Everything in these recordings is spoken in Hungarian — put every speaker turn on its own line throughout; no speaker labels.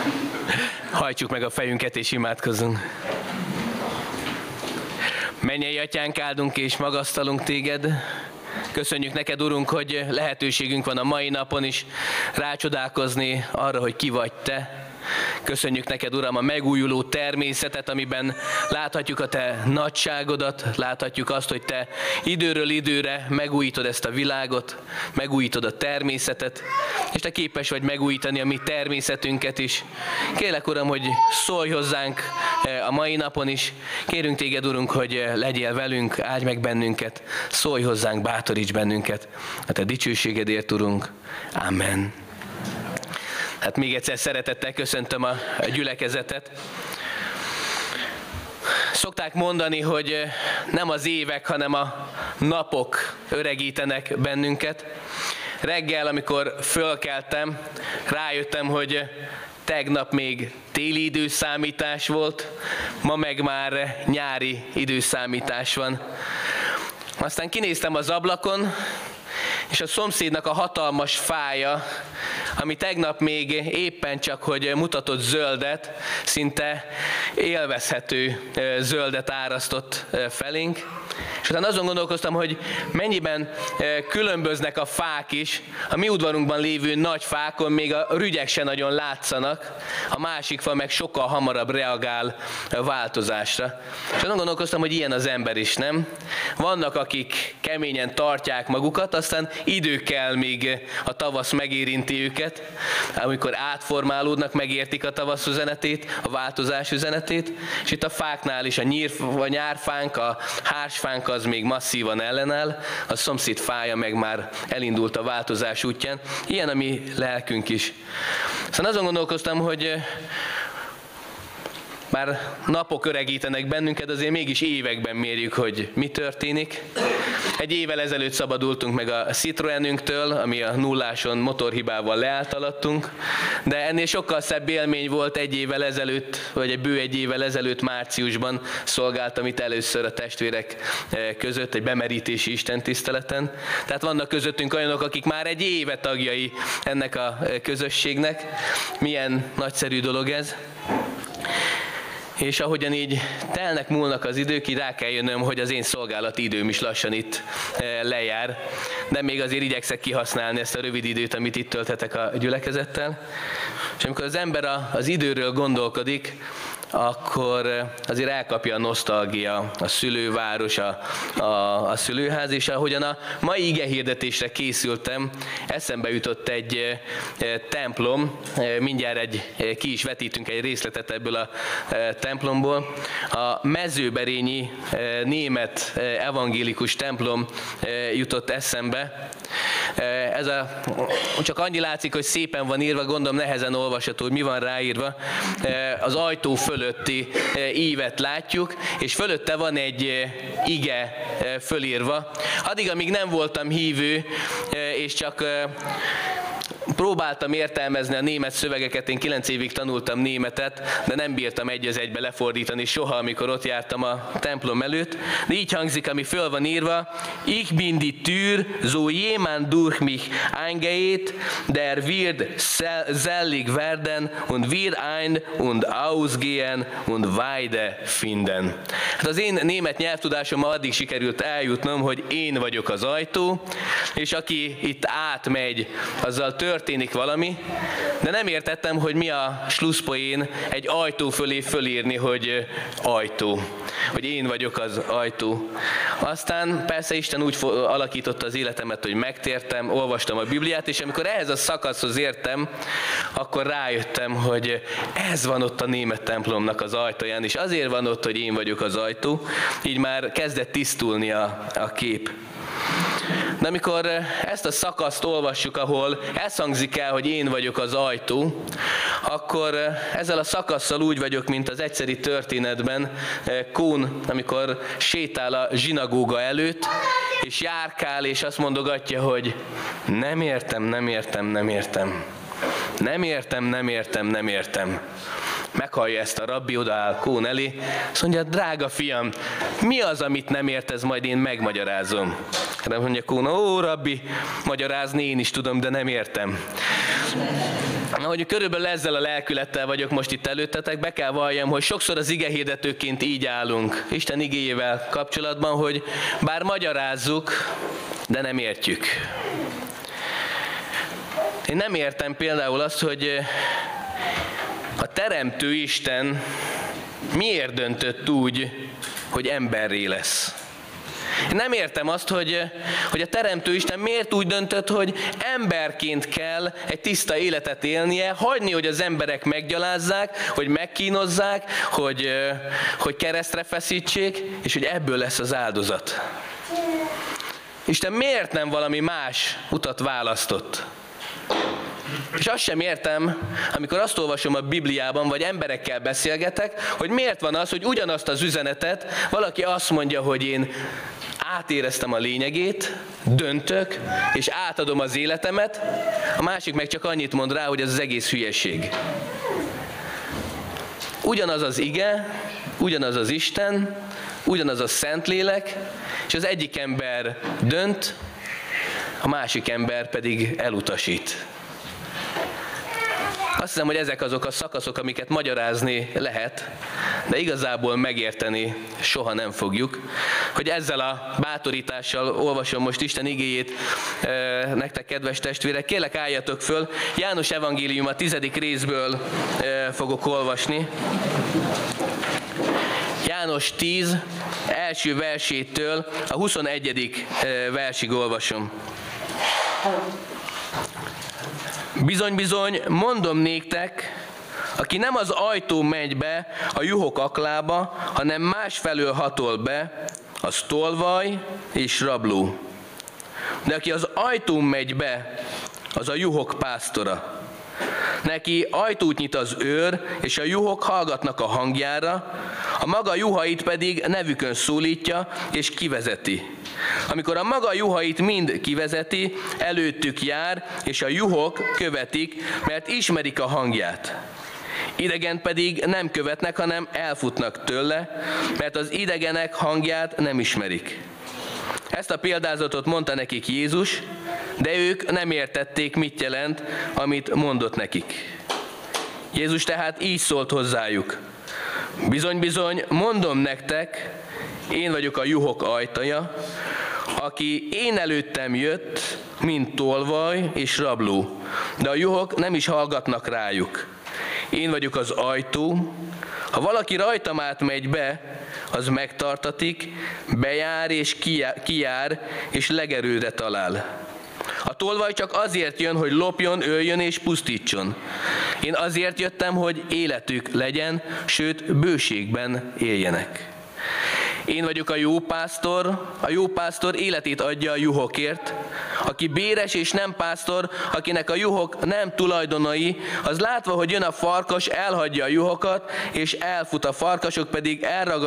Hajtsuk meg a fejünket és imádkozzunk. Mennyei Atyánk, áldunk és magasztalunk téged. Köszönjük neked, Urunk, hogy lehetőségünk van a mai napon is rácsodálkozni arra, hogy ki vagy te. Köszönjük neked, Uram, a megújuló természetet, amiben láthatjuk a te nagyságodat, láthatjuk azt, hogy te időről időre megújítod ezt a világot, megújítod a természetet, és te képes vagy megújítani a mi természetünket is. Kérlek, Uram, hogy szólj hozzánk a mai napon is. Kérünk téged, Urunk, hogy legyél velünk, áldj meg bennünket, szólj hozzánk, bátoríts bennünket. A te dicsőségedért, Urunk. Amen. Hát még egyszer szeretettel köszöntöm a gyülekezetet. Szokták mondani, hogy nem az évek, hanem a napok öregítenek bennünket. Reggel, amikor fölkeltem, rájöttem, hogy tegnap még téli időszámítás volt, ma meg már nyári időszámítás van. Aztán kinéztem az ablakon, és a szomszédnak a hatalmas fája, ami tegnap még éppen csak, hogy mutatott zöldet, szinte élvezhető zöldet árasztott felénk. És utána azon gondolkoztam, hogy mennyiben különböznek a fák is. A mi udvarunkban lévő nagy fákon még a rügyek se nagyon látszanak, a másik fa meg sokkal hamarabb reagál a változásra. És azon gondolkoztam, hogy ilyen az ember is, nem? Vannak, akik keményen tartják magukat, aztán idő kell, míg a tavasz megérinti őket, amikor átformálódnak, megértik a tavasz üzenetét, a változás üzenetét, és itt a fáknál is a nyárfánk, a hársfánk az még masszívan ellenáll, a szomszéd fája meg már elindult a változás útján. Ilyen a mi lelkünk is. Szóval azon gondolkoztam, hogy már napok öregítenek bennünket, azért mégis években mérjük, hogy mi történik. Egy évvel ezelőtt szabadultunk meg a Citroenünktől, ami a nulláson motorhibával leállt alattunk, de ennél sokkal szebb élmény volt egy évvel ezelőtt, vagy egy évvel ezelőtt márciusban szolgáltam itt először a testvérek között egy bemerítési istentiszteleten. Tehát vannak közöttünk olyanok, akik már egy éve tagjai ennek a közösségnek. Milyen nagyszerű dolog ez. És ahogyan így telnek, múlnak az idők, így rá kell jönnöm, hogy az én szolgálati időm is lassan itt lejár. De még azért igyekszek kihasználni ezt a rövid időt, amit itt tölthetek a gyülekezettel. És amikor az ember az időről gondolkodik, akkor azért elkapja a nosztalgia, a szülőváros, a szülőház, és ahogyan a mai igehirdetésre készültem, eszembe jutott egy templom, mindjárt ki is vetítünk egy részletet ebből a templomból. A mezőberényi német evangélikus templom jutott eszembe. Csak annyi látszik, hogy szépen van írva, gondolom nehezen olvasható, hogy mi van ráírva. Az ajtó fölötti ívet látjuk, és fölötte van egy ige fölírva. Addig, amíg nem voltam hívő, és csak próbáltam értelmezni a német szövegeket, én 9 évig tanultam németet, de nem bírtam egy az egybe lefordítani soha, amikor ott jártam a templom előtt. De így hangzik, ami föl van írva: Ich bin die Tür, so jemand durch mich eingeht, der wird selig werden und wir ein- und ausgehen und Weide finden. Hát az én német nyelvtudásommal addig sikerült eljutnom, hogy én vagyok az ajtó, és aki itt átmegy, azzal történik valami, de nem értettem, hogy mi a slusszpoén egy ajtó fölé fölírni, hogy ajtó, hogy én vagyok az ajtó. Aztán persze Isten úgy alakította az életemet, hogy megtértem, olvastam a Bibliát, és amikor ehhez a szakaszhoz értem, akkor rájöttem, hogy ez van ott a német templomnak az ajtaján, és azért van ott, hogy én vagyok az ajtó, így már kezdett tisztulni a kép. De amikor ezt a szakaszt olvassuk, ahol ez hangzik el, hogy én vagyok az ajtó, akkor ezzel a szakasszal úgy vagyok, mint az egyszeri történetben Kón, amikor sétál a zsinagóga előtt, és járkál, és azt mondogatja, hogy nem értem, nem értem, nem értem. Nem értem, nem értem, nem értem. Meghallja ezt a rabbi, odaáll Kón elé, azt mondja: drága fiam, mi az, amit nem értesz, majd én megmagyarázom. De mondja Kón: ó, rabbi, magyarázni én is tudom, de nem értem. Ahogy körülbelül ezzel a lelkülettel vagyok most itt előttetek, be kell valljam, hogy sokszor az igehirdetőként így állunk Isten igéjével kapcsolatban, hogy bár magyarázzuk, de nem értjük. Én nem értem például azt, hogy a Teremtő Isten miért döntött úgy, hogy emberré lesz. Én nem értem azt, hogy a Teremtő Isten miért úgy döntött, hogy emberként kell egy tiszta életet élnie, hagyni, hogy az emberek meggyalázzák, hogy megkínozzák, hogy keresztre feszítsék, és hogy ebből lesz az áldozat. Isten miért nem valami más utat választott? És azt sem értem, amikor azt olvasom a Bibliában, vagy emberekkel beszélgetek, hogy miért van az, hogy ugyanazt az üzenetet valaki azt mondja, hogy én átéreztem a lényegét, döntök, és átadom az életemet, a másik meg csak annyit mond rá, hogy ez az egész hülyeség. Ugyanaz az ige, ugyanaz az Isten, ugyanaz a Szentlélek, és az egyik ember dönt, a másik ember pedig elutasít. Azt hiszem, hogy ezek azok a szakaszok, amiket magyarázni lehet, de igazából megérteni soha nem fogjuk. Hogy ezzel a bátorítással olvasom most Isten igéjét nektek, kedves testvérek. Kérlek, álljatok föl. János evangélium a 10. részből fogok olvasni. János 10 első versétől a 21. versig olvasom. Bizony, bizony, mondom néktek, aki nem az ajtón megy be a juhok aklába, hanem másfelől hatol be, az tolvaj és rabló. De aki az ajtón megy be, az a juhok pásztora. Neki ajtót nyit az őr, és a juhok hallgatnak a hangjára, a maga juhait pedig nevükön szólítja, és kivezeti. Amikor a maga juhait mind kivezeti, előttük jár, és a juhok követik, mert ismerik a hangját. Idegen pedig nem követnek, hanem elfutnak tőle, mert az idegenek hangját nem ismerik. Ezt a példázatot mondta nekik Jézus, de ők nem értették, mit jelent, amit mondott nekik. Jézus tehát így szólt hozzájuk. Bizony, bizony, mondom nektek, én vagyok a juhok ajtaja, aki én előttem jött, mint tolvaj és rabló, de a juhok nem is hallgatnak rájuk. Én vagyok az ajtó, ha valaki rajtam át megy be, az megtartatik, bejár és kijár, és legerőre talál. A tolvaj csak azért jön, hogy lopjon, öljön és pusztítson. Én azért jöttem, hogy életük legyen, sőt, bőségben éljenek. Én vagyok a jó pásztor életét adja a juhokért. Aki béres és nem pásztor, akinek a juhok nem tulajdonai, az látva, hogy jön a farkas, elhagyja a juhokat, és elfut, a farkasok pedig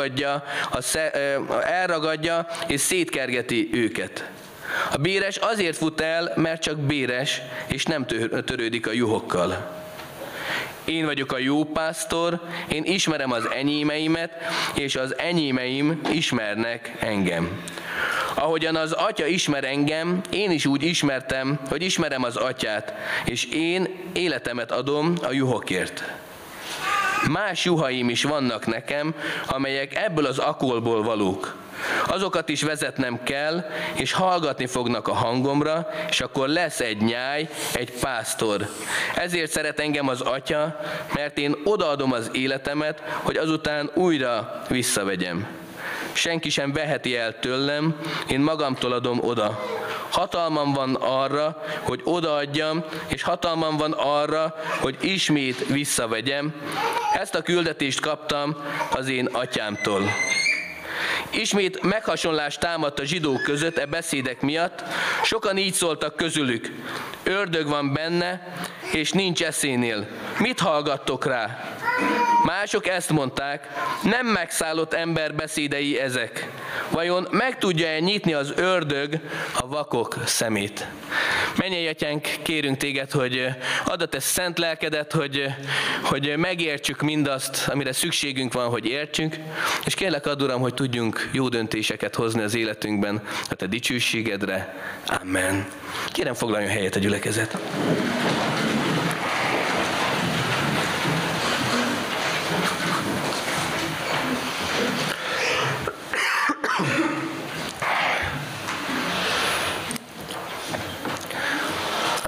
elragadja és szétkergeti őket. A béres azért fut el, mert csak béres, és nem törődik a juhokkal. Én vagyok a jó pásztor, én ismerem az enyémeimet, és az enyémeim ismernek engem. Ahogyan az Atya ismer engem, én is úgy ismertem, hogy ismerem az Atyát, és én életemet adom a juhokért. Más juhaim is vannak nekem, amelyek ebből az akolból valók. Azokat is vezetnem kell, és hallgatni fognak a hangomra, és akkor lesz egy nyáj, egy pásztor. Ezért szeret engem az Atya, mert én odaadom az életemet, hogy azután újra visszavegyem. Senki sem veheti el tőlem, én magamtól adom oda. Hatalmam van arra, hogy odaadjam, és hatalmam van arra, hogy ismét visszavegyem. Ezt a küldetést kaptam az én atyámtól. Ismét meghasonlást támadt a zsidók között e beszédek miatt. Sokan így szóltak közülük. Ördög van benne, és nincs eszénél. Mit hallgattok rá? Mások ezt mondták, nem megszállott ember beszédei ezek. Vajon meg tudja-e nyitni az ördög a vakok szemét? Mennyei Atyánk, kérünk téged, hogy add a te szent lelkedet, hogy megértsük mindazt, amire szükségünk van, hogy értsünk, és kérlek add, Uram, hogy tudjunk jó döntéseket hozni az életünkben a te dicsőségedre. Amen. Kérem, foglaljon helyet a gyülekezet.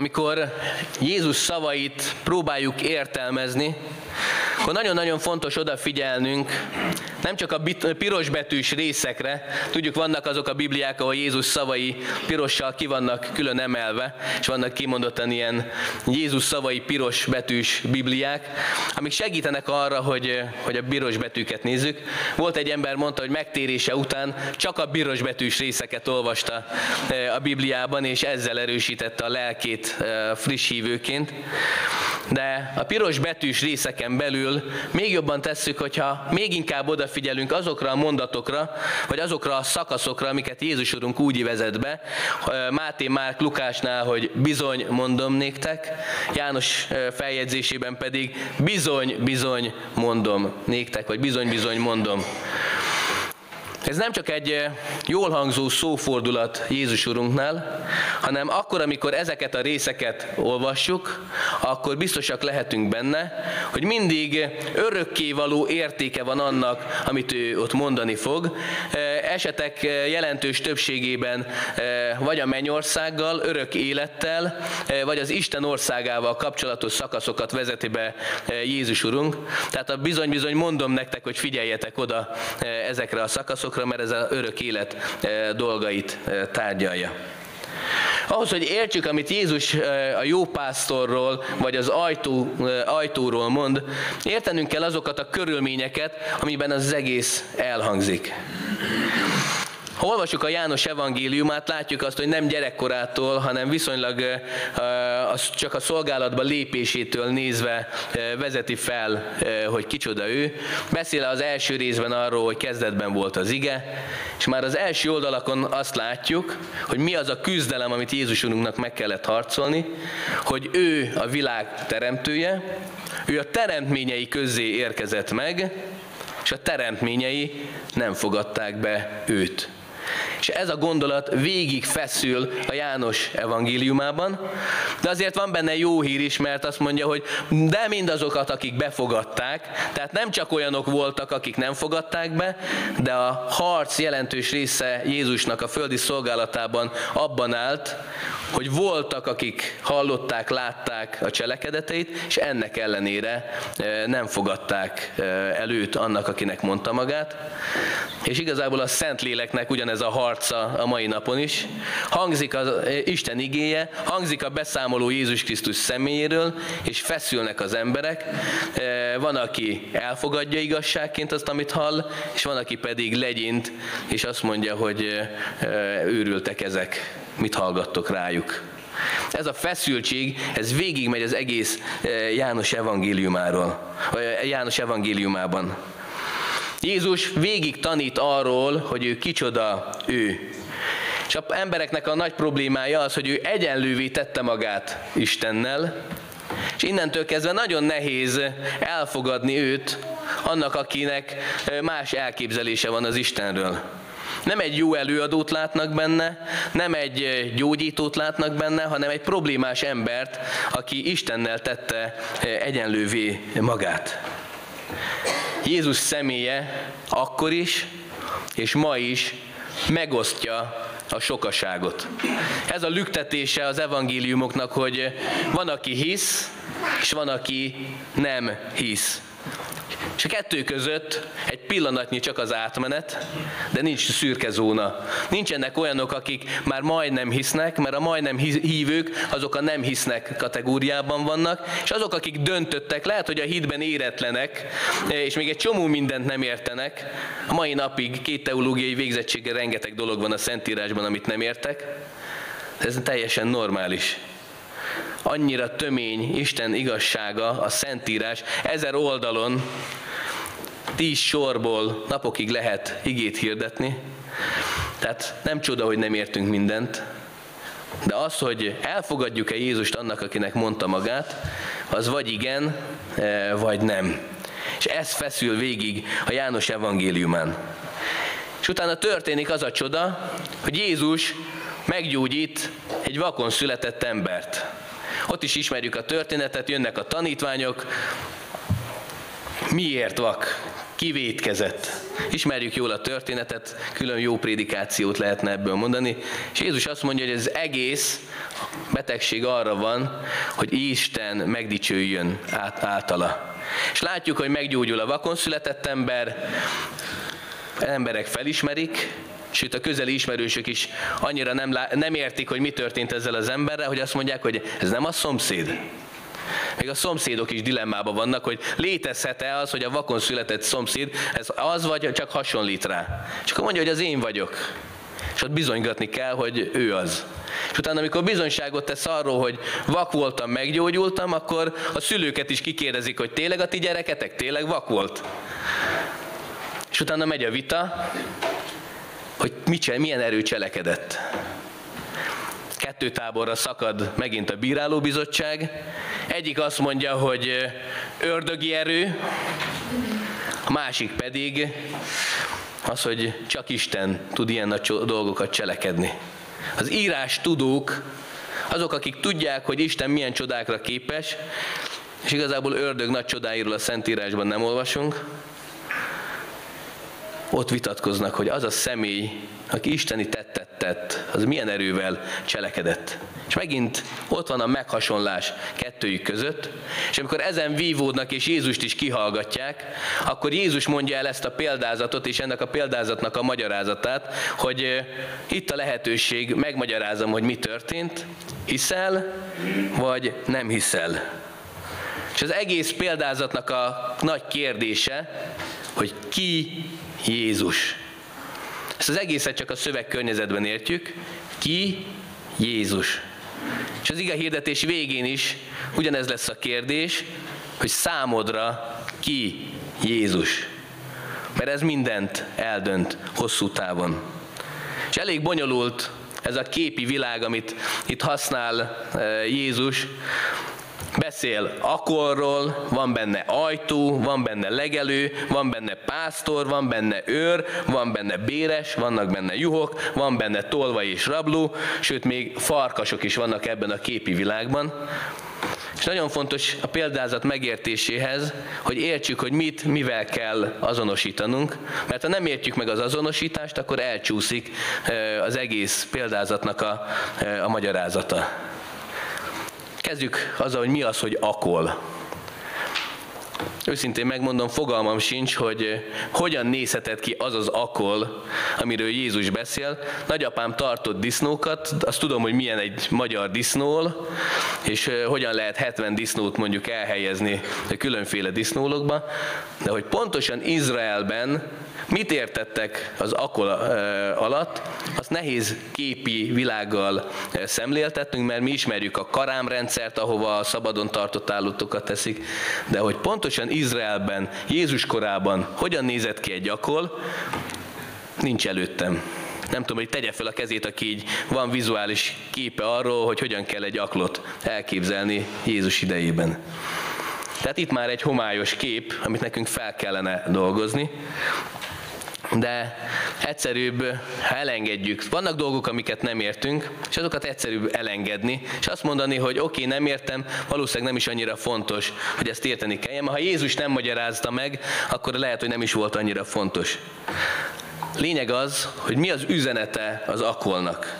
amikor Jézus szavait próbáljuk értelmezni, akkor nagyon-nagyon fontos odafigyelnünk nem csak a pirosbetűs részekre, tudjuk, vannak azok a Bibliák, ahol Jézus szavai pirossal ki vannak külön emelve, és vannak kimondottan ilyen Jézus szavai pirosbetűs Bibliák, amik segítenek arra, hogy a pirosbetűket nézzük. Volt egy ember, mondta, hogy megtérése után csak a pirosbetűs részeket olvasta a Bibliában, és ezzel erősítette a lelkét friss hívőként. De a piros betűs részeken belül még jobban tesszük, hogyha még inkább odafigyelünk azokra a mondatokra, vagy azokra a szakaszokra, amiket Jézus Urunk úgy vezet be, Máté, Márk, Lukásnál, hogy bizony mondom néktek, János feljegyzésében pedig bizony, bizony mondom néktek, vagy bizony, bizony mondom. Ez nem csak egy jól hangzó szófordulat Jézus Urunknál, hanem akkor, amikor ezeket a részeket olvassuk, akkor biztosak lehetünk benne, hogy mindig örökkévaló értéke van annak, amit ő ott mondani fog. Esetek jelentős többségében vagy a mennyországgal, örök élettel, vagy az Isten országával kapcsolatos szakaszokat vezeti be Jézus Urunk. Tehát a bizony-bizony mondom nektek, hogy figyeljetek oda ezekre a szakaszokra, mert ez az örök élet dolgait tárgyalja. Ahhoz, hogy értsük, amit Jézus a jó pásztorról, vagy az ajtóról mond, értenünk kell azokat a körülményeket, amiben az egész elhangzik. Ha olvassuk a János evangéliumát, látjuk azt, hogy nem gyerekkorától, hanem viszonylag csak a szolgálatba lépésétől nézve vezeti fel, hogy kicsoda ő. Beszél az első részben arról, hogy kezdetben volt az ige, és már az első oldalakon azt látjuk, hogy mi az a küzdelem, amit Jézus Urunknak meg kellett harcolni, hogy ő a világ teremtője, ő a teremtményei közé érkezett meg, és a teremtményei nem fogadták be őt. És ez a gondolat végig feszül a János evangéliumában, de azért van benne jó hír is, mert azt mondja, hogy de mindazokat, akik befogadták, tehát nem csak olyanok voltak, akik nem fogadták be, de a harc jelentős része Jézusnak a földi szolgálatában abban állt, hogy voltak, akik hallották, látták a cselekedeteit, és ennek ellenére nem fogadták el őt annak, akinek mondta magát. És igazából a Szentléleknek ugyanez a harca a mai napon is. Hangzik az Isten igéje, hangzik a beszámoló Jézus Krisztus személyéről, és feszülnek az emberek. Van, aki elfogadja igazságként azt, amit hall, és van, aki pedig legyint, és azt mondja, hogy őrültek ezek, mit hallgattok rájuk. Ez a feszültség, ez végigmegy az egész János evangéliumában. Jézus végig tanít arról, hogy ő kicsoda ő. És az embereknek a nagy problémája az, hogy ő egyenlővé tette magát Istennel, és innentől kezdve nagyon nehéz elfogadni őt annak, akinek más elképzelése van az Istenről. Nem egy jó előadót látnak benne, nem egy gyógyítót látnak benne, hanem egy problémás embert, aki Istennel tette egyenlővé magát. Jézus személye akkor is, és ma is megosztja a sokaságot. Ez a lüktetése az evangéliumoknak, hogy van, aki hisz, és van, aki nem hisz. És a kettő között egy pillanatnyi csak az átmenet, de nincs szürke zóna. Nincsenek olyanok, akik már majdnem hisznek, mert a majdnem hívők azok a nem hisznek kategóriában vannak, és azok, akik döntöttek, lehet, hogy a hitben éretlenek, és még egy csomó mindent nem értenek. A mai napig 2 teológiai végzettséggel rengeteg dolog van a Szentírásban, amit nem értek. Ez teljesen normális. Annyira tömény Isten igazsága, a Szentírás, 1000 oldalon, 10 sorból napokig lehet igét hirdetni. Tehát nem csoda, hogy nem értünk mindent, de az, hogy elfogadjuk-e Jézust annak, akinek mondta magát, az vagy igen, vagy nem. És ez feszül végig a János evangéliumán. És utána történik az a csoda, hogy Jézus meggyógyít egy vakon született embert. Ott is ismerjük a történetet, jönnek a tanítványok, Miért vak? Ki vétkezett? Ismerjük jól a történetet, külön jó prédikációt lehetne ebből mondani. És Jézus azt mondja, hogy az egész betegség arra van, hogy Isten megdicsőjön általa. És látjuk, hogy meggyógyul a vakon született ember, emberek felismerik, sőt a közeli ismerősök is annyira nem értik, hogy mi történt ezzel az emberrel, hogy azt mondják, hogy ez nem a szomszéd. Még a szomszédok is dilemmában vannak, hogy létezhet-e az, hogy a vakon született szomszéd, ez az vagy, csak hasonlít rá. És akkor mondja, hogy az én vagyok. És ott bizonygatni kell, hogy ő az. És utána, amikor bizonyságot tesz arról, hogy vak voltam, meggyógyultam, akkor a szülőket is kikérdezik, hogy tényleg a ti gyereketek tényleg vak volt. És utána megy a vita, hogy milyen erő cselekedett. Kettő táborra szakad megint a bírálóbizottság. Egyik azt mondja, hogy ördögi erő, a másik pedig az, hogy csak Isten tud ilyen nagy dolgokat cselekedni. Az írás tudók, azok, akik tudják, hogy Isten milyen csodákra képes, és igazából ördög nagy csodáiról a Szentírásban nem olvasunk, ott vitatkoznak, hogy az a személy, aki isteni tettet tett, az milyen erővel cselekedett. És megint ott van a meghasonlás kettőjük között, és amikor ezen vívódnak és Jézust is kihallgatják, akkor Jézus mondja el ezt a példázatot, és ennek a példázatnak a magyarázatát, hogy itt a lehetőség, megmagyarázom, hogy mi történt, hiszel, vagy nem hiszel. És az egész példázatnak a nagy kérdése, hogy ki Jézus. Ezt az egészet csak a szövegkörnyezetben értjük. Ki Jézus. És az igehirdetés végén is ugyanez lesz a kérdés, hogy számodra ki Jézus. Mert ez mindent eldönt hosszú távon. És elég bonyolult ez a képi világ, amit itt használ Jézus. Beszél akolról, van benne ajtó, van benne legelő, van benne pásztor, van benne őr, van benne béres, vannak benne juhok, van benne tolvaj és rabló, sőt még farkasok is vannak ebben a képi világban. És nagyon fontos a példázat megértéséhez, hogy értsük, hogy mit, mivel kell azonosítanunk, mert ha nem értjük meg az azonosítást, akkor elcsúszik az egész példázatnak a magyarázata. Kezdjük azzal, hogy mi az, hogy akol. Őszintén megmondom, fogalmam sincs, hogy hogyan nézhetett ki az az akol, amiről Jézus beszél. Nagyapám tartott disznókat, azt tudom, hogy milyen egy magyar disznó, és hogyan lehet 70 disznót mondjuk elhelyezni különféle disznólokba, de hogy pontosan Izraelben mit értettek az akol alatt, azt nehéz képi világgal szemléltetnünk, mert mi ismerjük a karámrendszert, ahova a szabadon tartott állatokat teszik, de hogy pontosan Izraelben, Jézus korában hogyan nézett ki egy akol, nincs előttem. Nem tudom, hogy tegye fel a kezét, aki így van vizuális képe arról, hogy hogyan kell egy aklot elképzelni Jézus idejében. Tehát itt már egy homályos kép, amit nekünk fel kellene dolgozni. De egyszerűbb, ha elengedjük. Vannak dolgok, amiket nem értünk, és azokat egyszerűbb elengedni, és azt mondani, hogy oké, nem értem, valószínűleg nem is annyira fontos, hogy ezt érteni kelljen. Ha Jézus nem magyarázta meg, akkor lehet, hogy nem is volt annyira fontos. Lényeg az, hogy mi az üzenete az akolnak.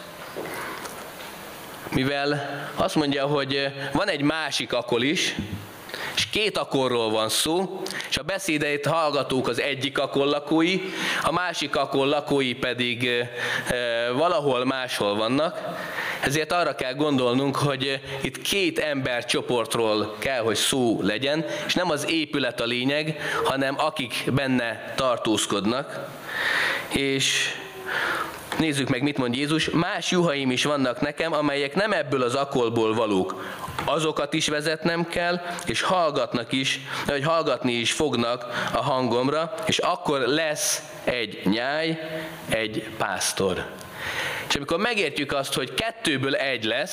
Mivel azt mondja, hogy van egy másik akol is, és két akolról van szó, és a beszédeit hallgatók az egyik akol lakói, a másik akol lakói pedig valahol máshol vannak. Ezért arra kell gondolnunk, hogy itt két embercsoportról kell, hogy szó legyen, és nem az épület a lényeg, hanem akik benne tartózkodnak. És nézzük meg, mit mond Jézus. Más juhaim is vannak nekem, amelyek nem ebből az akolból valók. Azokat is vezetnem kell, és hallgatni is fognak a hangomra, és akkor lesz egy nyáj, egy pásztor. És amikor megértjük azt, hogy kettőből egy lesz,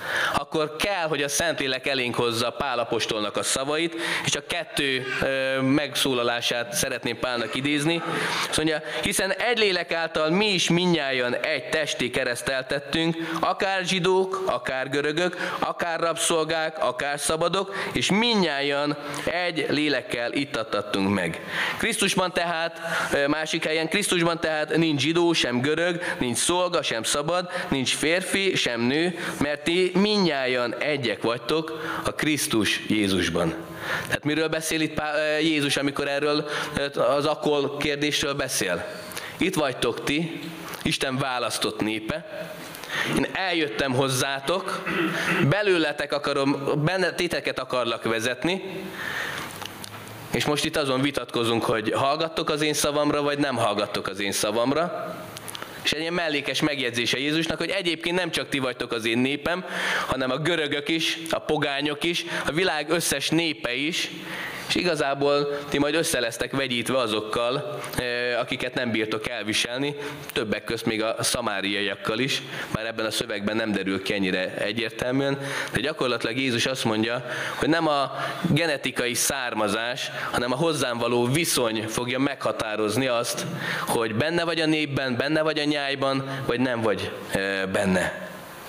akkor kell, hogy a Szentlélek elénk hozza Pál apostolnak a szavait, és a 2 megszólalását szeretném Pálnak idézni. Azt mondja, hiszen egy lélek által mi is mindnyájan egy testé kereszteltettünk, akár zsidók, akár görögök, akár rabszolgák, akár szabadok, és mindnyájan egy lélekkel ittattattunk meg. Krisztusban tehát, másik helyen, Krisztusban tehát nincs zsidó, sem görög, nincs szolga, sem szabad, nincs férfi, sem nő, mert ti mindnyájan egyek vagytok a Krisztus Jézusban. Tehát miről beszél itt Jézus, amikor erről az akkor kérdésről beszél? Itt vagytok ti, Isten választott népe, én eljöttem hozzátok, belőletek akarom, titeket akarlak vezetni, és most itt azon vitatkozunk, hogy hallgattok az én szavamra, vagy nem hallgattok az én szavamra. És egy ilyen mellékes megjegyzése Jézusnak, hogy egyébként nem csak ti vagytok az én népem, hanem a görögök is, a pogányok is, a világ összes népe is, és igazából ti majd össze lesztek vegyítve azokkal, akiket nem bírtok elviselni, többek közt még a szamáriaiakkal is, már ebben a szövegben nem derül ki ennyire egyértelműen, de gyakorlatilag Jézus azt mondja, hogy nem a genetikai származás, hanem a hozzám való viszony fogja meghatározni azt, hogy benne vagy a népben, benne vagy a nyájban, vagy nem vagy benne.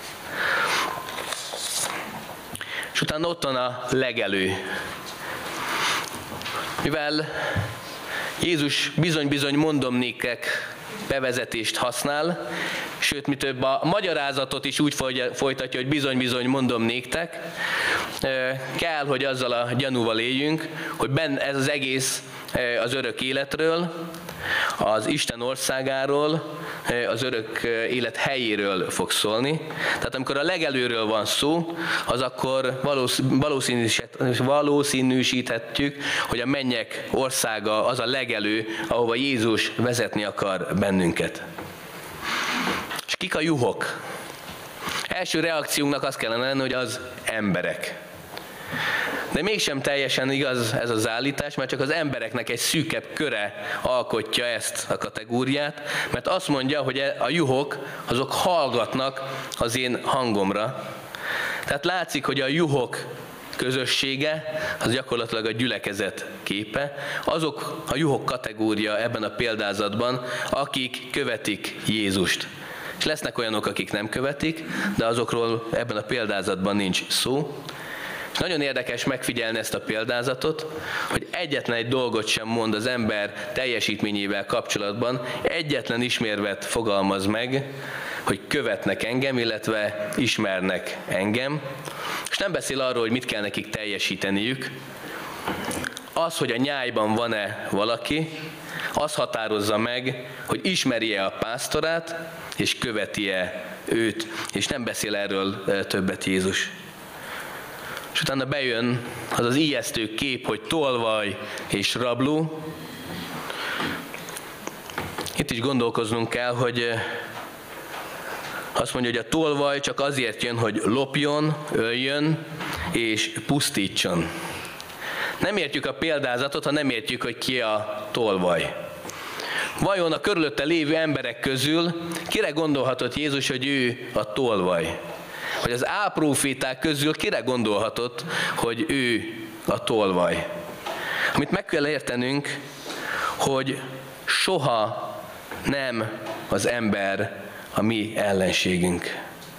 És utána ott van a legelő. Mivel Jézus bizony-bizony mondom néktek bevezetést használ, sőt, mi több, a magyarázatot is úgy folytatja, hogy bizony-bizony mondom néktek, kell, hogy azzal a gyanúval éljünk, hogy ez az egész az örök életről, az Isten országáról, az örök élet helyéről fog szólni. Tehát amikor a legelőről van szó, az akkor valószínűsíthetjük, hogy a mennyek országa az a legelő, ahova Jézus vezetni akar bennünket. És kik a juhok? Első reakciónknak az kellene lenni, hogy az emberek. De mégsem teljesen igaz ez az állítás, mert csak az embereknek egy szűkebb köre alkotja ezt a kategóriát, mert azt mondja, hogy a juhok azok hallgatnak az én hangomra. Tehát látszik, hogy a juhok közössége, az gyakorlatilag a gyülekezet képe, azok a juhok kategória ebben a példázatban, akik követik Jézust. És lesznek olyanok, akik nem követik, de azokról ebben a példázatban nincs szó. És nagyon érdekes megfigyelni ezt a példázatot, hogy egyetlen egy dolgot sem mond az ember teljesítményével kapcsolatban, egyetlen ismérvet fogalmaz meg, hogy követnek engem, illetve ismernek engem. És nem beszél arról, hogy mit kell nekik teljesíteniük. Az, hogy a nyájban van-e valaki, az határozza meg, hogy ismeri-e a pásztorát, és követi-e őt, és nem beszél erről többet Jézus. És utána bejön az az ijesztő kép, hogy tolvaj és rabló. Itt is gondolkoznunk kell, hogy azt mondja, hogy a tolvaj csak azért jön, hogy lopjon, öljön és pusztítson. Nem értjük a példázatot, ha nem értjük, hogy ki a tolvaj. Vajon a körülötte lévő emberek közül kire gondolhatott Jézus, hogy ő a tolvaj? Vagy az álpróféták közül kire gondolhatott, hogy ő a tolvaj? Amit meg kell értenünk, hogy soha nem az ember a mi ellenségünk.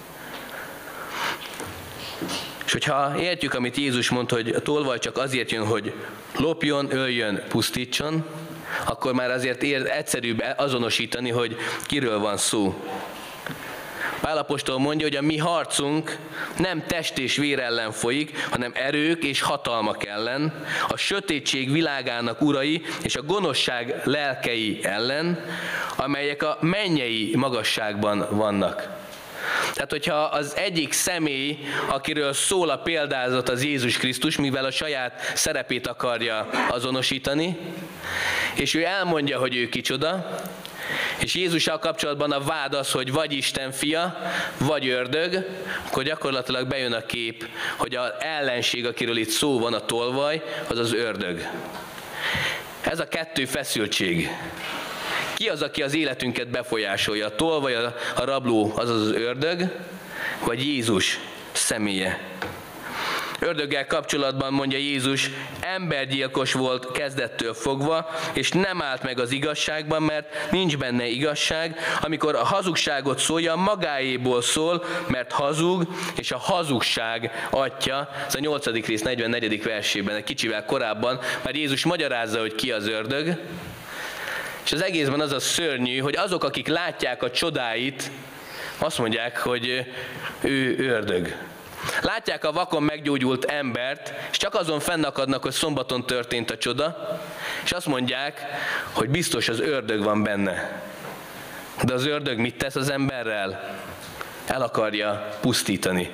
És hogyha értjük, amit Jézus mondta, hogy a tolvaj csak azért jön, hogy lopjon, öljön, pusztítson, akkor már azért egyszerűbb azonosítani, hogy kiről van szó. Pál apostol mondja, hogy a mi harcunk nem test és vér ellen folyik, hanem erők és hatalmak ellen, a sötétség világának urai és a gonoszság lelkei ellen, amelyek a mennyei magasságban vannak. Tehát, hogyha az egyik személy, akiről szól a példázat, az Jézus Krisztus, mivel a saját szerepét akarja azonosítani, és ő elmondja, hogy ő kicsoda, és Jézussal kapcsolatban a vád az, hogy vagy Isten fia, vagy ördög, akkor gyakorlatilag bejön a kép, hogy az ellenség, akiről itt szó van, a tolvaj, az az ördög. Ez a kettő feszültség. Ki az, aki az életünket befolyásolja? A tolvaj, a rabló, az az ördög, vagy Jézus,
személye. Ördöggel kapcsolatban mondja Jézus, embergyilkos volt kezdettől fogva, és nem állt meg az igazságban, mert nincs benne igazság. Amikor a hazugságot szólja, magáéból szól, mert hazug, és a hazugság atya. Ez a 8. rész 44. versében, egy kicsivel korábban, már Jézus magyarázza, hogy ki az ördög. És az egészben az a szörnyű, hogy azok, akik látják a csodáit, azt mondják, hogy ő ördög. Látják a vakon meggyógyult embert, és csak azon fennakadnak, hogy szombaton történt a csoda, és azt mondják, hogy biztos az ördög van benne. De az ördög mit tesz az emberrel? El akarja pusztítani.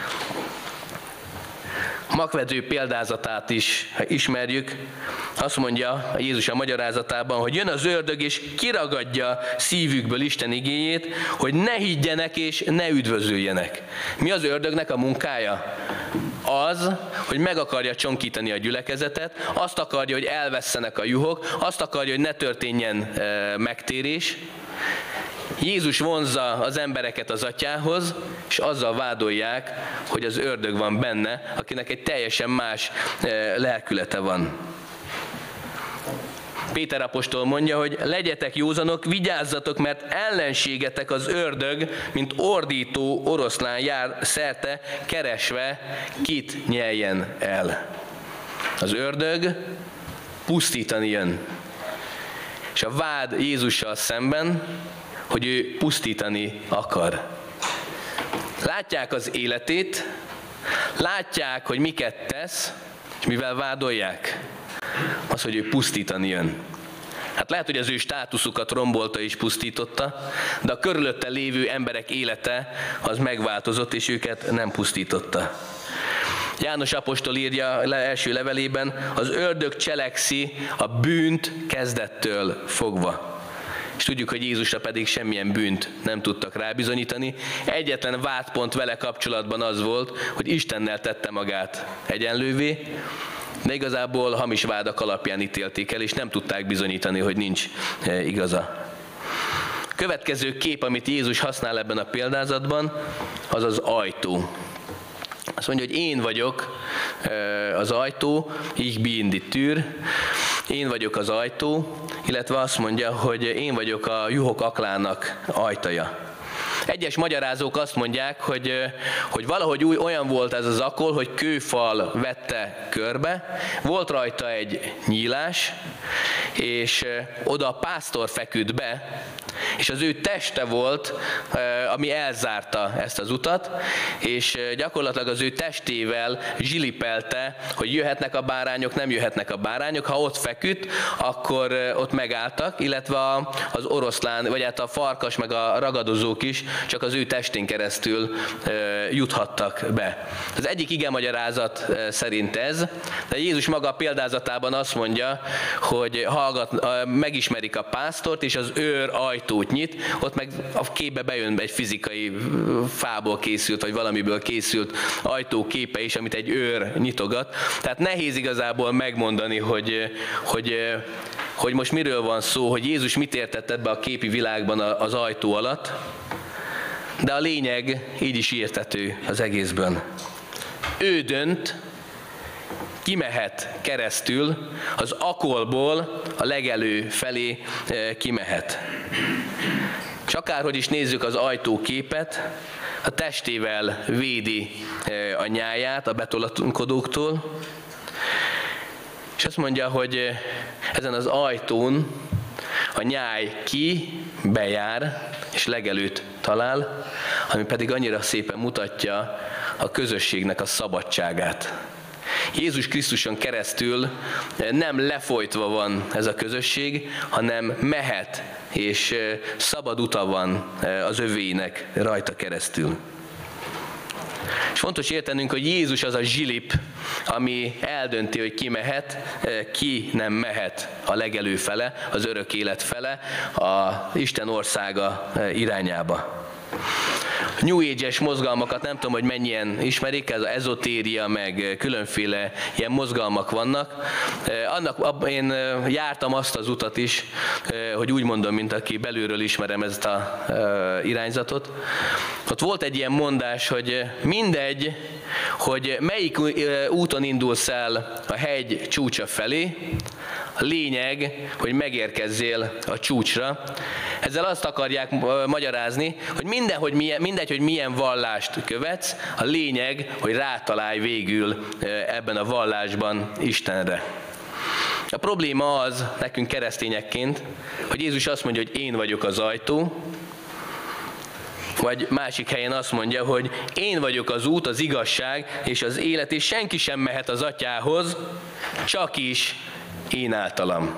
Magvedő példázatát is ismerjük. Azt mondja Jézus a magyarázatában, hogy jön az ördög és kiragadja szívükből Isten igéjét, hogy ne higgyenek és ne üdvözöljenek. Mi az ördögnek a munkája? Az, hogy meg akarja csonkítani a gyülekezetet, azt akarja, hogy elvesszenek a juhok, azt akarja, hogy ne történjen megtérés. Jézus vonzza az embereket az atyához, és azzal vádolják, hogy az ördög van benne, akinek egy teljesen más lelkülete van. Péter apostol mondja, hogy legyetek józanok, vigyázzatok, mert ellenségetek az ördög, mint ordító oroszlán jár szerte, keresve, kit nyeljen el. Az ördög pusztítani jön. És a vád Jézussal szemben, hogy ő pusztítani akar. Látják az életét, látják, hogy miket tesz, és mivel vádolják? Az, hogy ő pusztítani jön. Hát lehet, hogy az ő státuszukat rombolta és pusztította, de a körülötte lévő emberek élete az megváltozott, és őket nem pusztította. János apostol írja első levelében, az ördög cselekszi a bűnt kezdettől fogva. És tudjuk, hogy Jézusra pedig semmilyen bűnt nem tudtak rábizonyítani. Egyetlen vádpont vele kapcsolatban az volt, hogy Istennel tette magát egyenlővé, de igazából hamis vádak alapján ítélték el, és nem tudták bizonyítani, hogy nincs igaza. Következő kép, amit Jézus használ ebben a példázatban, az az ajtó. Azt mondja, hogy én vagyok az ajtó, ich bin die Tür, én vagyok az ajtó, illetve azt mondja, hogy én vagyok a juhok aklának ajtaja. Egyes magyarázók azt mondják, hogy valahogy olyan volt ez az akol, hogy kőfal vette körbe, volt rajta egy nyílás, és oda a pásztor feküdt be, és az ő teste volt, ami elzárta ezt az utat, és gyakorlatilag az ő testével zsilipelte, hogy jöhetnek a bárányok, nem jöhetnek a bárányok. Ha ott feküdt, akkor ott megálltak, illetve az oroszlán, vagy hát a farkas, meg a ragadozók is csak az ő testén keresztül juthattak be. Az egyik igemagyarázat szerint ez, de Jézus maga a példázatában azt mondja, hogy megismerik a pásztort, és az őr ajtót nyit, ott meg a képbe bejön egy fizikai fából készült, vagy valamiből készült ajtóképe is, amit egy őr nyitogat. Tehát nehéz igazából megmondani, hogy most miről van szó, hogy Jézus mit értett ebbe a képi világban az ajtó alatt, de a lényeg így is érthető az egészből. Ő dönt, kimehet keresztül, az akolból a legelő felé kimehet. És akárhogy is nézzük az ajtóképet, a testével védi a nyáját a betolakodóktól, és azt mondja, hogy ezen az ajtón a nyáj bejár, és legelőt talál, ami pedig annyira szépen mutatja a közösségnek a szabadságát. Jézus Krisztuson keresztül nem lefolytva van ez a közösség, hanem mehet, és szabad uta van az övéinek rajta keresztül. És fontos értenünk, hogy Jézus az a zsilip, ami eldönti, hogy ki mehet, ki nem mehet a legelő fele, az örök élet fele, a Isten országa irányába. New Age-es mozgalmakat, nem tudom, hogy mennyien ismerik, ez az ezotéria, meg különféle ilyen mozgalmak vannak. Én jártam azt az utat is, hogy úgy mondom, mint aki belülről ismerem ezt az irányzatot. Ott volt egy ilyen mondás, hogy mindegy, hogy melyik úton indulsz el a hegy csúcsa felé, a lényeg, hogy megérkezzél a csúcsra. Ezzel azt akarják magyarázni, hogy mindegy, hogy milyen vallást követsz, a lényeg, hogy rátalálj végül ebben a vallásban Istenre. A probléma az nekünk keresztényekként, hogy Jézus azt mondja, hogy én vagyok az ajtó, vagy másik helyen azt mondja, hogy én vagyok az út, az igazság és az élet, és senki sem mehet az Atyához, csak is én általam.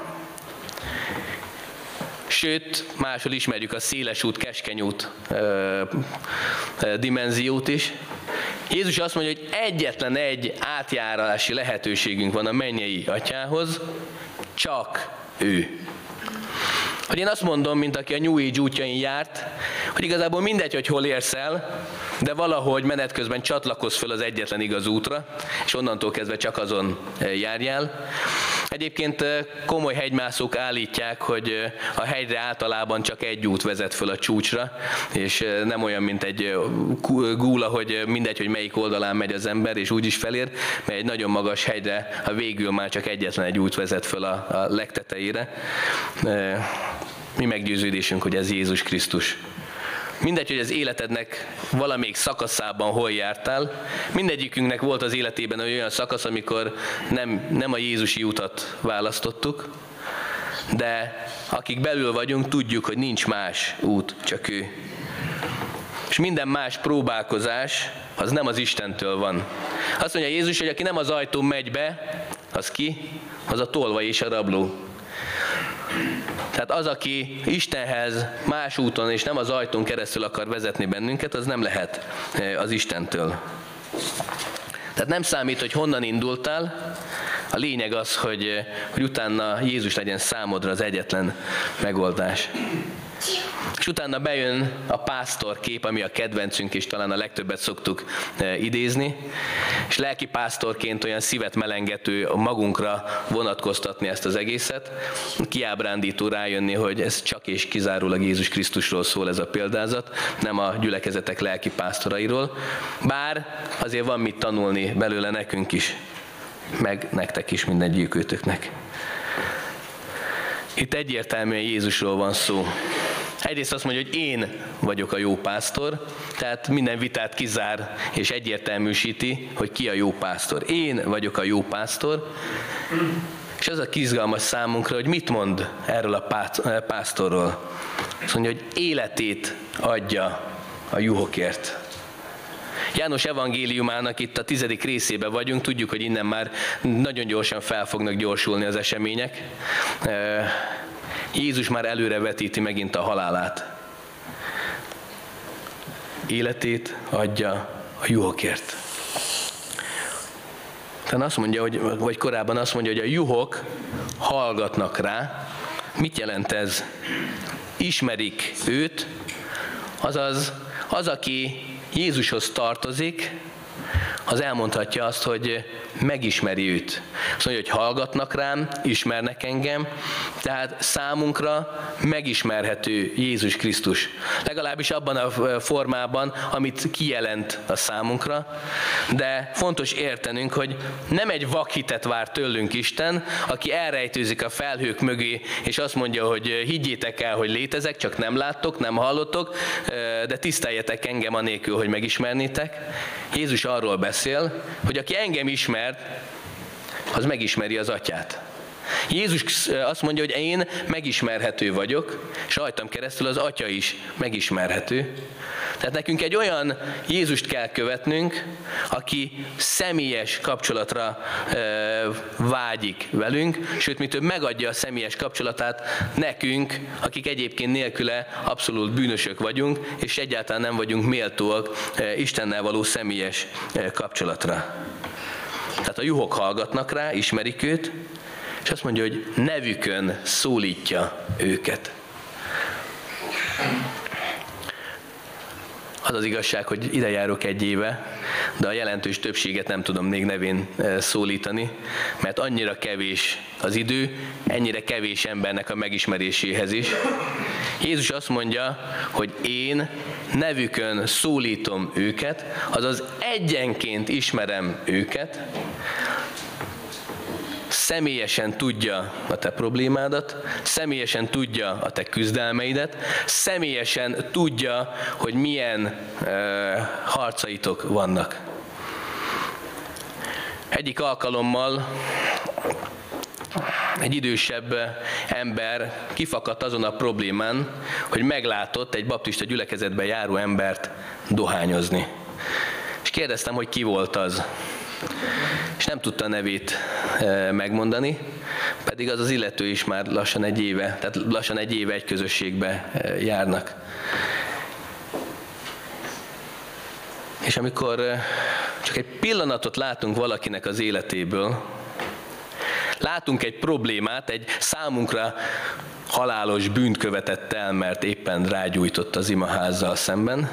Sőt, máshol ismerjük a széles út, keskeny út dimenziót is. Jézus azt mondja, hogy egyetlen egy átjárási lehetőségünk van a mennyei Atyához, csak ő. Hogy én azt mondom, mint aki a New Age útjain járt, hogy igazából mindegy, hogy hol érsz el, de valahogy menet közben csatlakozz föl az egyetlen igaz útra, és onnantól kezdve csak azon járjál. Egyébként komoly hegymászók állítják, hogy a hegyre általában csak egy út vezet föl a csúcsra, és nem olyan, mint egy gúla, hogy mindegy, hogy melyik oldalán megy az ember, és úgy is felér, mert egy nagyon magas hegyre a végül már csak egyetlen egy út vezet föl a legtetejére. Mi meggyőződésünk, hogy ez Jézus Krisztus. Mindegy, hogy az életednek valamelyik szakaszában hol jártál, mindegyikünknek volt az életében olyan szakasz, amikor nem a Jézusi utat választottuk, de akik belül vagyunk, tudjuk, hogy nincs más út, csak ő. És minden más próbálkozás, az nem az Istentől van. Azt mondja Jézus, hogy aki nem az ajtón megy be, az ki? Az a tolvaj és a rabló. Tehát az, aki Istenhez más úton és nem az ajtón keresztül akar vezetni bennünket, az nem lehet az Istentől. Tehát nem számít, hogy honnan indultál, a lényeg az, hogy utána Jézus legyen számodra az egyetlen megoldás. És utána bejön a pásztor kép, ami a kedvencünk, és talán a legtöbbet szoktuk idézni, és lelki pásztorként olyan szívet melengető magunkra vonatkoztatni ezt az egészet, kiábrándító rájönni, hogy ez csak és kizárólag Jézus Krisztusról szól ez a példázat, nem a gyülekezetek lelki pásztorairól, bár azért van mit tanulni belőle nekünk is, meg nektek is, mindegyikőtöknek. Itt egyértelműen Jézusról van szó. Egyrészt azt mondja, hogy én vagyok a jó pásztor, tehát minden vitát kizár és egyértelműsíti, hogy ki a jó pásztor. Én vagyok a jó pásztor, és az a izgalmas számunkra, hogy mit mond erről a pásztorról. Azt mondja, hogy életét adja a juhokért. János evangéliumának itt a 10. részében vagyunk, tudjuk, hogy innen már nagyon gyorsan fel fognak gyorsulni az események. Jézus már előre vetíti megint a halálát. Életét adja a juhokért. Tehát azt mondja, vagy korábban azt mondja, hogy a juhok hallgatnak rá. Mit jelent ez? Ismerik őt, azaz az, aki Jézushoz tartozik, az elmondhatja azt, hogy megismeri őt. Azt mondja, hogy hallgatnak rám, ismernek engem, tehát számunkra megismerhető Jézus Krisztus. Legalábbis abban a formában, amit kijelent a számunkra, de fontos értenünk, hogy nem egy vakhitet vár tőlünk Isten, aki elrejtőzik a felhők mögé, és azt mondja, hogy higgyétek el, hogy létezek, csak nem láttok, nem hallottok, de tiszteljetek engem anélkül, hogy megismernétek. Jézus arról beszél, hogy aki engem ismert, az megismeri az Atyát. Jézus azt mondja, hogy én megismerhető vagyok, és rajtam keresztül az Atya is megismerhető. Tehát nekünk egy olyan Jézust kell követnünk, aki személyes kapcsolatra vágyik velünk, sőt, mi több megadja a személyes kapcsolatát nekünk, akik egyébként nélküle abszolút bűnösök vagyunk, és egyáltalán nem vagyunk méltóak Istennel való személyes kapcsolatra. Tehát a juhok hallgatnak rá, ismerik őt, és azt mondja, hogy nevükön szólítja őket. Az az igazság, hogy ide járok 1 éve, de a jelentős többséget nem tudom még nevén szólítani, mert annyira kevés az idő, ennyire kevés embernek a megismeréséhez is. Jézus azt mondja, hogy én nevükön szólítom őket, azaz egyenként ismerem őket, személyesen tudja a te problémádat, személyesen tudja a te küzdelmeidet, személyesen tudja, hogy milyen harcaitok vannak. Egyik alkalommal egy idősebb ember kifakadt azon a problémán, hogy meglátott egy baptista gyülekezetben járó embert dohányozni. És kérdeztem, hogy ki volt az. És nem tudta a nevét megmondani, pedig az az illető is már lassan 1 éve, tehát lassan 1 éve egy közösségbe járnak. És amikor csak egy pillanatot látunk valakinek az életéből, látunk egy problémát, egy számunkra halálos bűnt követett el, mert éppen rágyújtott az imaházzal szemben,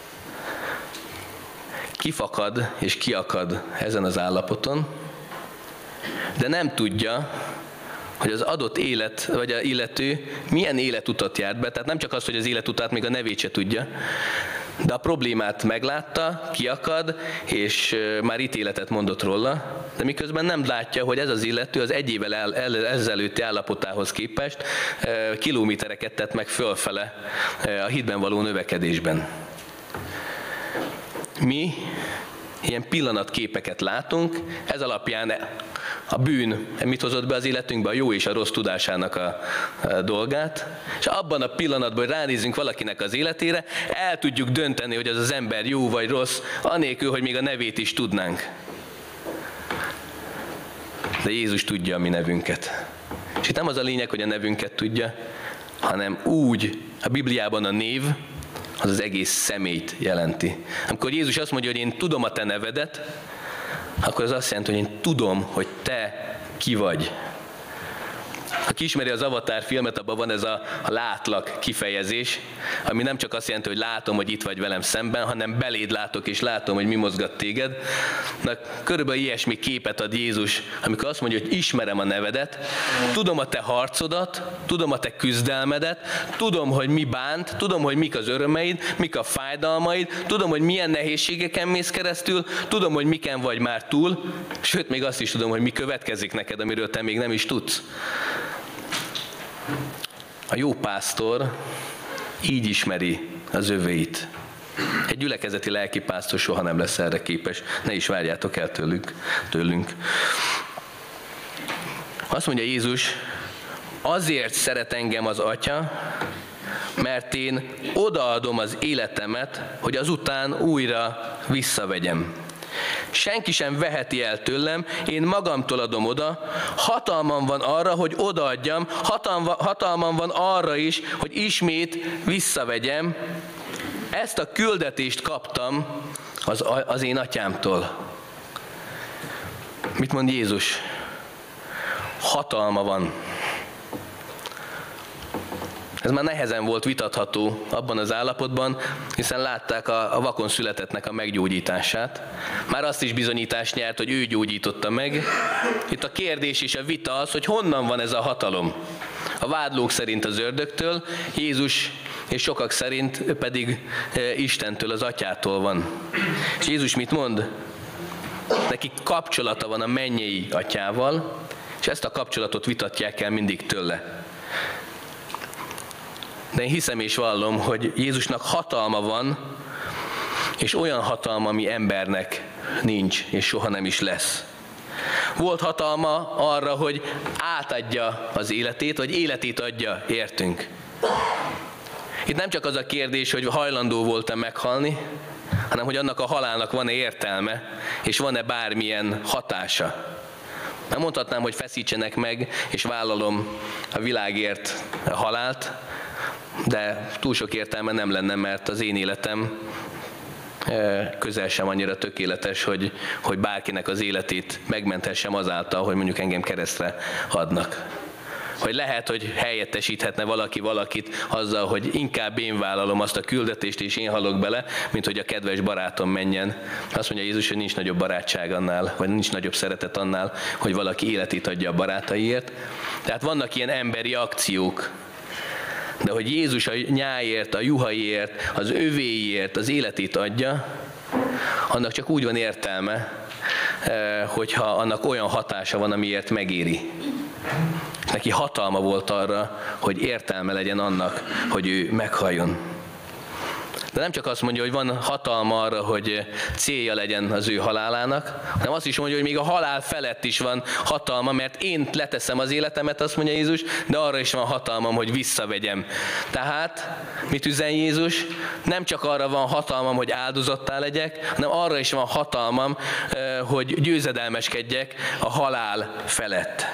kifakad és kiakad ezen az állapoton, de nem tudja, hogy az adott élet, vagy az illető milyen életutat járt be, tehát nem csak az, hogy az életutát, még a nevét se tudja, de a problémát meglátta, kiakad, és már ítéletet mondott róla, de miközben nem látja, hogy ez az illető az 1 évvel ezelőtti állapotához képest kilométereket tett meg fölfele a hitben való növekedésben. Mi ilyen pillanatképeket látunk, ez alapján a bűn mit hozott be az életünkbe, a jó és a rossz tudásának a dolgát, és abban a pillanatban, hogy ránézünk valakinek az életére, el tudjuk dönteni, hogy az az ember jó vagy rossz, anélkül, hogy még a nevét is tudnánk. De Jézus tudja a mi nevünket. És itt nem az a lényeg, hogy a nevünket tudja, hanem úgy, a Bibliában a név, az az egész személyt jelenti. Amikor Jézus azt mondja, hogy én tudom a te nevedet, akkor az azt jelenti, hogy én tudom, hogy te ki vagy. Aki ismeri az Avatar filmet, abban van ez a látlak kifejezés, ami nem csak azt jelenti, hogy látom, hogy itt vagy velem szemben, hanem beléd látok, és látom, hogy mi mozgat téged. Na, körülbelül ilyesmi képet ad Jézus, amikor azt mondja, hogy ismerem a nevedet, tudom a te harcodat, tudom a te küzdelmedet, tudom, hogy mi bánt, tudom, hogy mik az örömeid, mik a fájdalmaid, tudom, hogy milyen nehézségeken mész keresztül, tudom, hogy miken vagy már túl, sőt, még azt is tudom, hogy mi következik neked, amiről te még nem is tudsz. A jó pásztor így ismeri az övéit. Egy gyülekezeti lelkipásztor soha nem lesz erre képes. Ne is várjátok el tőlünk. Azt mondja Jézus, azért szeret engem az Atya, mert én odaadom az életemet, hogy azután újra visszavegyem. Senki sem veheti el tőlem, én magamtól adom oda, hatalmam van arra, hogy odaadjam, hatalmam van arra is, hogy ismét visszavegyem. Ezt a küldetést kaptam az én atyámtól. Mit mond Jézus? Hatalma van. Ez már nehezen volt vitatható abban az állapotban, hiszen látták a vakon születettnek a meggyógyítását. Már azt is bizonyítást nyert, hogy ő gyógyította meg. Itt a kérdés és a vita az, hogy honnan van ez a hatalom. A vádlók szerint az ördögtől, Jézus és sokak szerint pedig Istentől, az Atyától van. És Jézus mit mond? Neki kapcsolata van a mennyei Atyával, és ezt a kapcsolatot vitatják el mindig tőle. De én hiszem és vallom, hogy Jézusnak hatalma van, és olyan hatalma, ami embernek nincs, és soha nem is lesz. Volt hatalma arra, hogy átadja az életét, vagy életét adja értünk. Itt nem csak az a kérdés, hogy hajlandó volt-e meghalni, hanem hogy annak a halálnak van-e értelme, és van-e bármilyen hatása. Nem mondhatnám, hogy feszítsenek meg, és vállalom a világért a halált, de túl sok értelme nem lenne, mert az én életem közel sem annyira tökéletes, hogy bárkinek az életét megmenthessem azáltal, hogy mondjuk engem keresztre adnak. Vagy lehet, hogy helyettesíthetne valaki valakit azzal, hogy inkább én vállalom azt a küldetést, és én halok bele, mint hogy a kedves barátom menjen. Azt mondja Jézus, hogy nincs nagyobb barátság annál, vagy nincs nagyobb szeretet annál, hogy valaki életét adja a barátaiért. Tehát vannak ilyen emberi akciók. De hogy Jézus a nyájért, a juhaiért, az övéiért az életét adja, annak csak úgy van értelme, hogyha annak olyan hatása van, amiért megéri. Neki hatalma volt arra, hogy értelme legyen annak, hogy ő meghalljon. De nem csak azt mondja, hogy van hatalma arra, hogy célja legyen az ő halálának, hanem azt is mondja, hogy még a halál felett is van hatalma, mert én leteszem az életemet, azt mondja Jézus, de arra is van hatalmam, hogy visszavegyem. Tehát, mit üzen Jézus? Nem csak arra van hatalmam, hogy áldozattá legyek, hanem arra is van hatalmam, hogy győzedelmeskedjek a halál felett.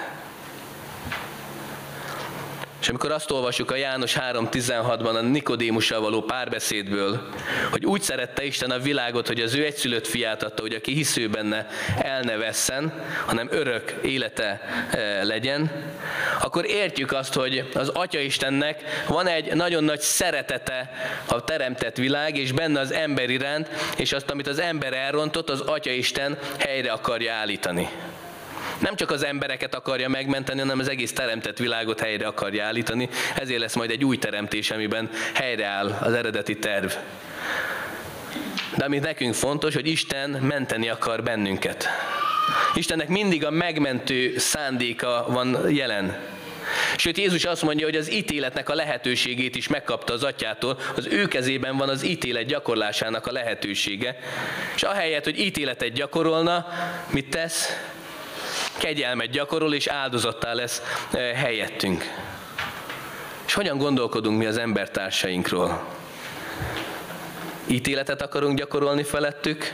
És amikor azt olvassuk a János 3.16-ban a Nikodémussal való párbeszédből, hogy úgy szerette Isten a világot, hogy az ő egyszülött fiát adta, hogy aki hisző benne el ne vesszen, hanem örök élete legyen, akkor értjük azt, hogy az Atya Istennek van egy nagyon nagy szeretete a teremtett világ, és benne az ember iránt, és azt, amit az ember elrontott, az Atya Isten helyre akarja állítani. Nem csak az embereket akarja megmenteni, hanem az egész teremtett világot helyre akarja állítani. Ezért lesz majd egy új teremtés, amiben helyreáll az eredeti terv. De amit nekünk fontos, hogy Isten menteni akar bennünket. Istennek mindig a megmentő szándéka van jelen. Sőt, Jézus azt mondja, hogy az ítéletnek a lehetőségét is megkapta az Atyától, az ő kezében van az ítélet gyakorlásának a lehetősége. És ahelyett, hogy ítéletet gyakorolna, mit tesz? Kegyelmet gyakorol, és áldozattá lesz helyettünk. És hogyan gondolkodunk mi az embertársainkról? Ítéletet akarunk gyakorolni felettük,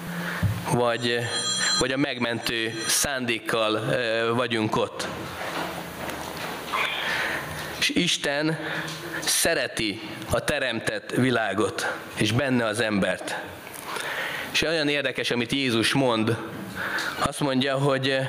vagy a megmentő szándékkal vagyunk ott? És Isten szereti a teremtett világot, és benne az embert. És olyan érdekes, amit Jézus mond, azt mondja, hogy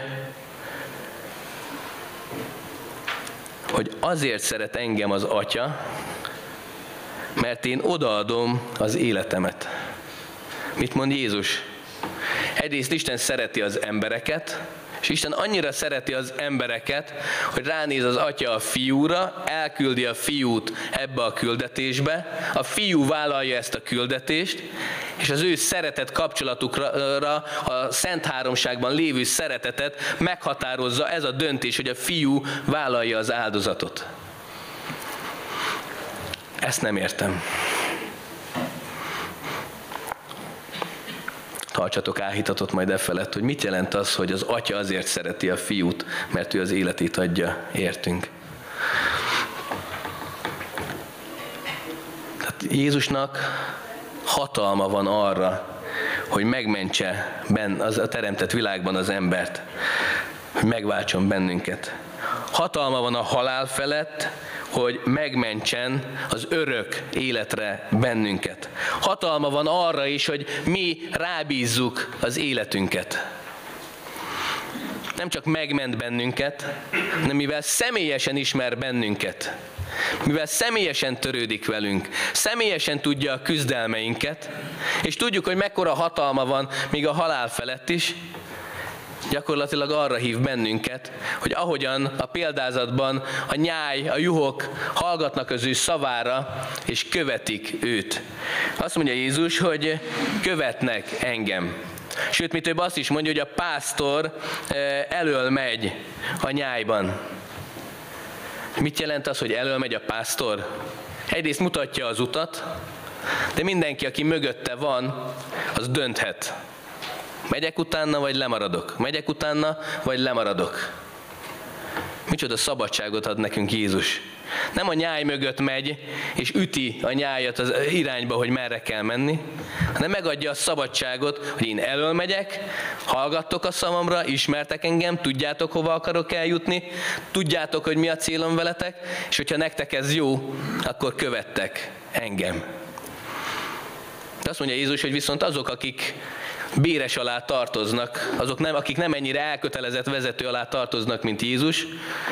azért szeret engem az Atya, mert én odaadom az életemet. Mit mond Jézus? Egyrészt Isten szereti az embereket, és Isten annyira szereti az embereket, hogy ránéz az Atya a Fiúra, elküldi a Fiút ebbe a küldetésbe, a Fiú vállalja ezt a küldetést, és az ő szeretet kapcsolatukra, a Szent Háromságban lévő szeretetet meghatározza ez a döntés, hogy a Fiú vállalja az áldozatot. Ezt nem értem. Tartsatok áhítatot majd felett, hogy mit jelent az, hogy az Atya azért szereti a Fiút, mert ő az életét adja értünk. Tehát Jézusnak hatalma van arra, hogy megmentse a teremtett világban az embert, hogy megváltson bennünket. Hatalma van a halál felett, hogy megmentsen az örök életre bennünket. Hatalma van arra is, hogy mi rábízzuk az életünket. Nem csak megment bennünket, hanem mivel személyesen ismer bennünket, mivel személyesen törődik velünk, személyesen tudja a küzdelmeinket, és tudjuk, hogy mekkora hatalma van még a halál felett is, gyakorlatilag arra hív bennünket, hogy ahogyan a példázatban a nyáj, a juhok hallgatnak az ő szavára, és követik őt. Azt mondja Jézus, hogy követnek engem. Sőt, mi több azt is mondja, hogy a pásztor elől megy a nyájban. Mit jelent az, hogy elől megy a pásztor? Egyrészt mutatja az utat, de mindenki, aki mögötte van, az dönthet. Megyek utána, vagy lemaradok? Megyek utána, vagy lemaradok? Micsoda szabadságot ad nekünk Jézus. Nem a nyáj mögött megy, és üti a nyájat az irányba, hogy merre kell menni, hanem megadja a szabadságot, hogy én elől megyek, hallgattok a szavamra, ismertek engem, tudjátok, hova akarok eljutni, tudjátok, hogy mi a célom veletek, és hogyha nektek ez jó, akkor követtek engem. De azt mondja Jézus, hogy viszont azok, akik béres alá tartoznak, akik nem ennyire elkötelezett vezető alá tartoznak, mint Jézus,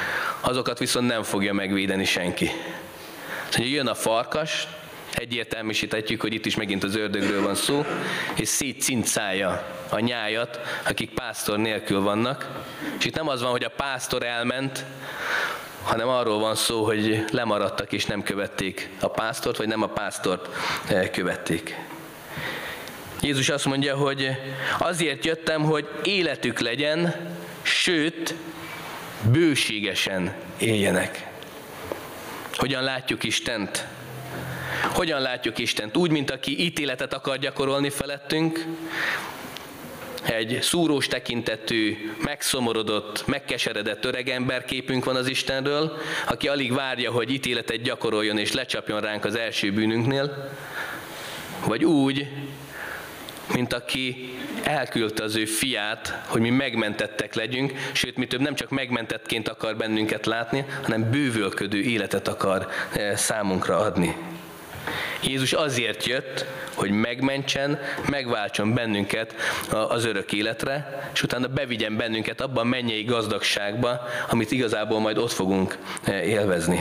azokat viszont nem fogja megvédeni senki. Szóval jön a farkas, egyértelműsíthetjük, hogy itt is megint az ördögről van szó, és szétcincálja a nyájat, akik pásztor nélkül vannak. És itt nem az van, hogy a pásztor elment, hanem arról van szó, hogy lemaradtak és nem követték a pásztort, vagy nem a pásztort követték. Jézus azt mondja, hogy azért jöttem, hogy életük legyen, sőt, bőségesen éljenek. Hogyan látjuk Istent? Hogyan látjuk Istent? Úgy, mint aki ítéletet akar gyakorolni felettünk, egy szúrós tekintetű, megszomorodott, megkeseredett öregember képünk van az Istenről, aki alig várja, hogy ítéletet gyakoroljon és lecsapjon ránk az első bűnünknél, vagy úgy, mint aki elküldte az ő fiát, hogy mi megmentettek legyünk, sőt, mi több nem csak megmentettként akar bennünket látni, hanem bővölködő életet akar számunkra adni. Jézus azért jött, hogy megmentsen, megváltson bennünket az örök életre, és utána bevigyen bennünket abban a mennyei gazdagságba, amit igazából majd ott fogunk élvezni.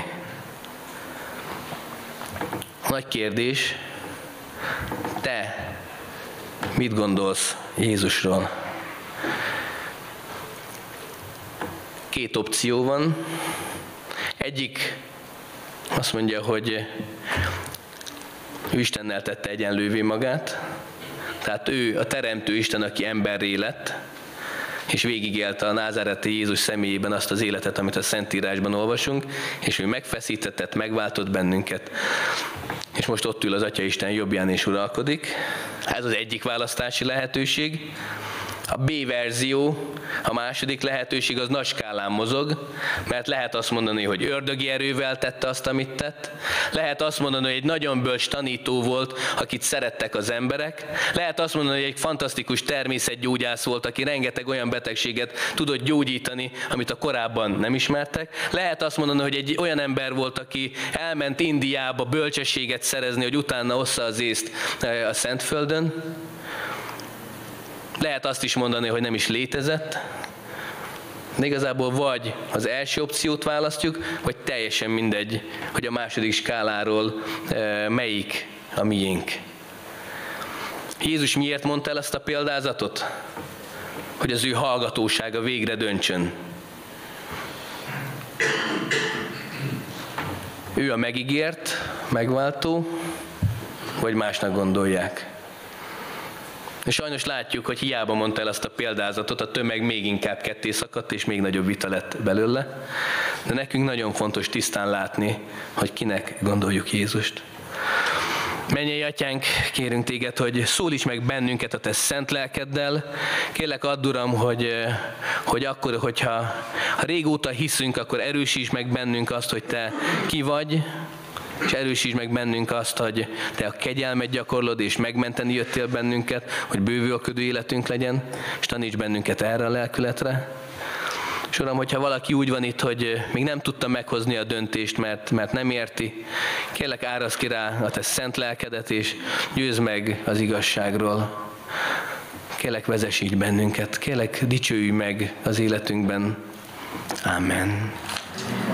Nagy kérdés, te mit gondolsz Jézusról? Két opció van. Egyik azt mondja, hogy ő Istennel tette egyenlővé magát, tehát ő a teremtő Isten, aki emberré lett, és végigélte a názáreti Jézus személyében azt az életet, amit a Szentírásban olvasunk, és ő megfeszítetett, megváltott bennünket, és most ott ül az Atya Isten jobbján és uralkodik. Ez az egyik választási lehetőség. A B verzió, a második lehetőség az nagy skálán mozog, mert lehet azt mondani, hogy ördögi erővel tette azt, amit tett. Lehet azt mondani, hogy egy nagyon bölcs tanító volt, akit szerettek az emberek. Lehet azt mondani, hogy egy fantasztikus természetgyógyász volt, aki rengeteg olyan betegséget tudott gyógyítani, amit a korábban nem ismertek. Lehet azt mondani, hogy egy olyan ember volt, aki elment Indiába bölcsességet szerezni, hogy utána ossza az észt a Szentföldön. Lehet azt is mondani, hogy nem is létezett, de igazából vagy az első opciót választjuk, vagy teljesen mindegy, hogy a második skáláról melyik a miénk. Jézus miért mondta el ezt a példázatot? Hogy az ő hallgatósága végre döntsön. Ő a megígért, megváltó, vagy másnak gondolják. És sajnos látjuk, hogy hiába mondta el azt a példázatot, a tömeg még inkább ketté szakadt, és még nagyobb vita lett belőle. De nekünk nagyon fontos tisztán látni, hogy kinek gondoljuk Jézust. Mennyei Atyánk, kérünk téged, hogy szólíts meg bennünket a te szent lelkeddel. Kérlek, add, Uram, hogy akkor, hogyha régóta hiszünk, akkor erősíts meg bennünk azt, hogy te ki vagy, és erősítsd meg bennünk azt, hogy te a kegyelmet gyakorlod, és megmenteni jöttél bennünket, hogy bővülködő életünk legyen, és taníts bennünket erre a lelkületre. És Uram, hogyha valaki úgy van itt, hogy még nem tudta meghozni a döntést, mert nem érti, kérlek, árasz ki rá a te szent lelkedet, és győzd meg az igazságról. Kérlek, vezesíts bennünket, kérlek, dicsőülj meg az életünkben. Amen.